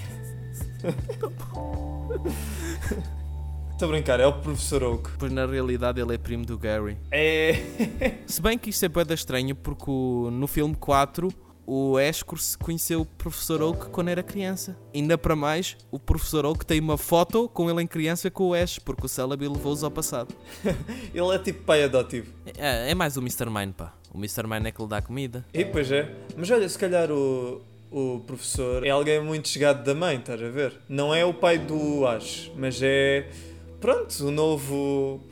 [SPEAKER 1] Estou a brincar, é o Professor Oak.
[SPEAKER 2] Pois na realidade ele é primo do Gary.
[SPEAKER 1] É.
[SPEAKER 2] Se bem que isto é bué estranho porque no filme 4 o Ash conheceu o Professor Oak quando era criança. Ainda para mais, o Professor Oak tem uma foto com ele em criança com o Ash, porque o Celebi levou-os ao passado.
[SPEAKER 1] Ele é tipo pai adotivo.
[SPEAKER 2] É mais o Mr. Mime, pá. O Mr. Mime é que lhe dá comida.
[SPEAKER 1] E pois é. Mas olha, se calhar o professor é alguém muito chegado da mãe, estás a ver? Não é o pai do Ash, mas é... Pronto, o novo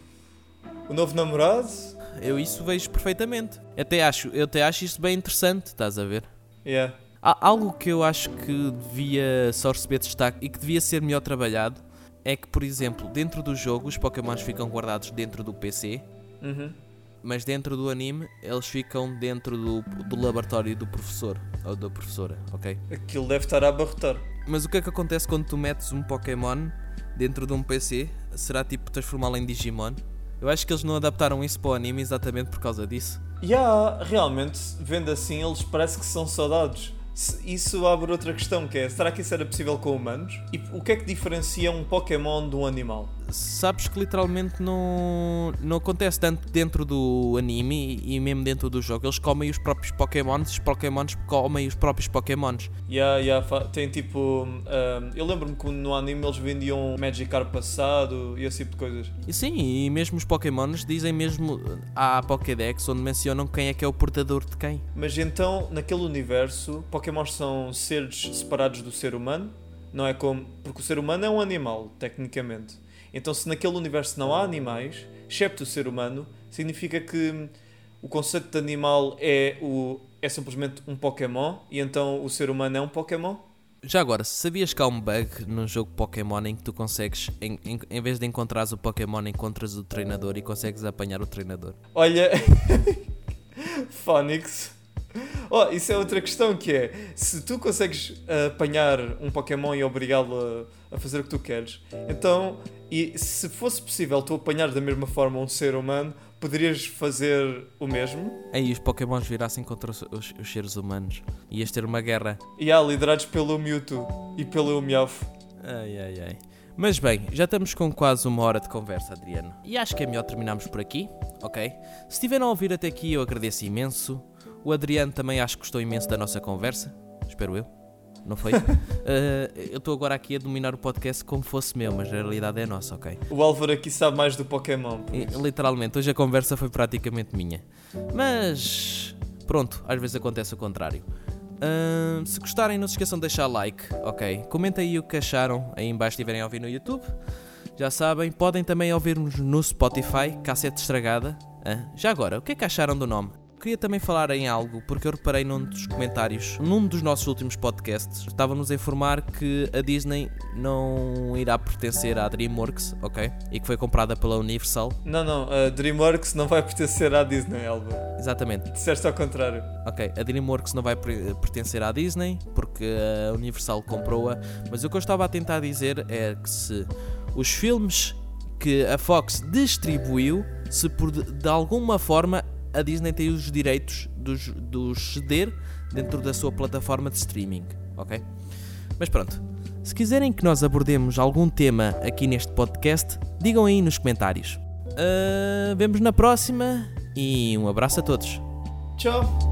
[SPEAKER 1] namorado.
[SPEAKER 2] Eu isso vejo perfeitamente. Eu até acho isso bem interessante, estás a ver?
[SPEAKER 1] Yeah.
[SPEAKER 2] Há algo que eu acho que devia só receber destaque e que devia ser melhor trabalhado é que, por exemplo, dentro do jogo os Pokémons ficam guardados dentro do PC, mas dentro do anime eles ficam dentro do laboratório do professor ou da professora, ok?
[SPEAKER 1] Aquilo deve estar a abarrotar.
[SPEAKER 2] Mas o que é que acontece quando tu metes um Pokémon dentro de um PC? Será tipo transformá-lo em Digimon? Eu acho que eles não adaptaram isso para o anime exatamente por causa disso.
[SPEAKER 1] Realmente, vendo assim, eles parece que são soldados. Isso abre outra questão, que é, será que isso era possível com humanos? E o que é que diferencia um Pokémon de um animal?
[SPEAKER 2] Sabes que literalmente não acontece tanto dentro do anime e mesmo dentro do jogo. Eles comem os próprios Pokémons, os Pokémons comem os próprios Pokémons.
[SPEAKER 1] Tem tipo... eu lembro-me que no anime eles vendiam Magikarp passado e esse tipo de coisas.
[SPEAKER 2] E sim, e mesmo os Pokémons dizem mesmo... Há a Pokédex onde mencionam quem é que é o portador de quem.
[SPEAKER 1] Mas então, naquele universo, Pokémons são seres separados do ser humano? Não é como... Porque o ser humano é um animal, tecnicamente. Então, se naquele universo não há animais, excepto o ser humano, significa que o conceito de animal é simplesmente um Pokémon e então o ser humano é um Pokémon?
[SPEAKER 2] Já agora, sabias que há um bug num jogo Pokémon em que tu consegues, em vez de encontrares o Pokémon, encontras o treinador e consegues apanhar o treinador?
[SPEAKER 1] Olha... Phonics... isso é outra questão, que é, se tu consegues apanhar um Pokémon e obrigá-lo a fazer o que tu queres, então, e se fosse possível tu apanhar da mesma forma um ser humano, poderias fazer o mesmo?
[SPEAKER 2] Aí os Pokémons virassem contra os seres humanos. Ias ter uma guerra.
[SPEAKER 1] Liderados pelo Mewtwo e pelo Meowth.
[SPEAKER 2] Ai. Mas bem, já estamos com quase 1 hora de conversa, Adriano. E acho que é melhor terminarmos por aqui, ok? Se estiveram a ouvir até aqui, eu agradeço imenso. O Adriano também acho que gostou imenso da nossa conversa. Espero eu. Não foi? Eu estou agora aqui a dominar o podcast como fosse meu, mas a realidade é nossa, ok?
[SPEAKER 1] O Álvaro aqui sabe mais do Pokémon.
[SPEAKER 2] Literalmente, hoje a conversa foi praticamente minha. Mas... pronto, às vezes acontece o contrário. Se gostarem, não se esqueçam de deixar like, ok? Comentem aí o que acharam aí em baixo se estiverem a ouvir no YouTube. Já sabem, podem também ouvir-nos no Spotify, Cassete Estragada. Já agora, o que é que acharam do nome? Queria também falar em algo, porque eu reparei num dos comentários, num dos nossos últimos podcasts, estavam-nos a informar que a Disney não irá pertencer à DreamWorks, ok? E que foi comprada pela Universal.
[SPEAKER 1] Não, a DreamWorks não vai pertencer à Disney, Álvaro.
[SPEAKER 2] Exatamente.
[SPEAKER 1] Disseste ao contrário.
[SPEAKER 2] Ok, a DreamWorks não vai pertencer à Disney, porque a Universal comprou-a, mas o que eu estava a tentar dizer é que se os filmes que a Fox distribuiu, se por de alguma forma a Disney tem os direitos dos ceder dentro da sua plataforma de streaming, ok? Mas pronto, se quiserem que nós abordemos algum tema aqui neste podcast, digam aí nos comentários. Vemos na próxima e um abraço a todos.
[SPEAKER 1] Tchau!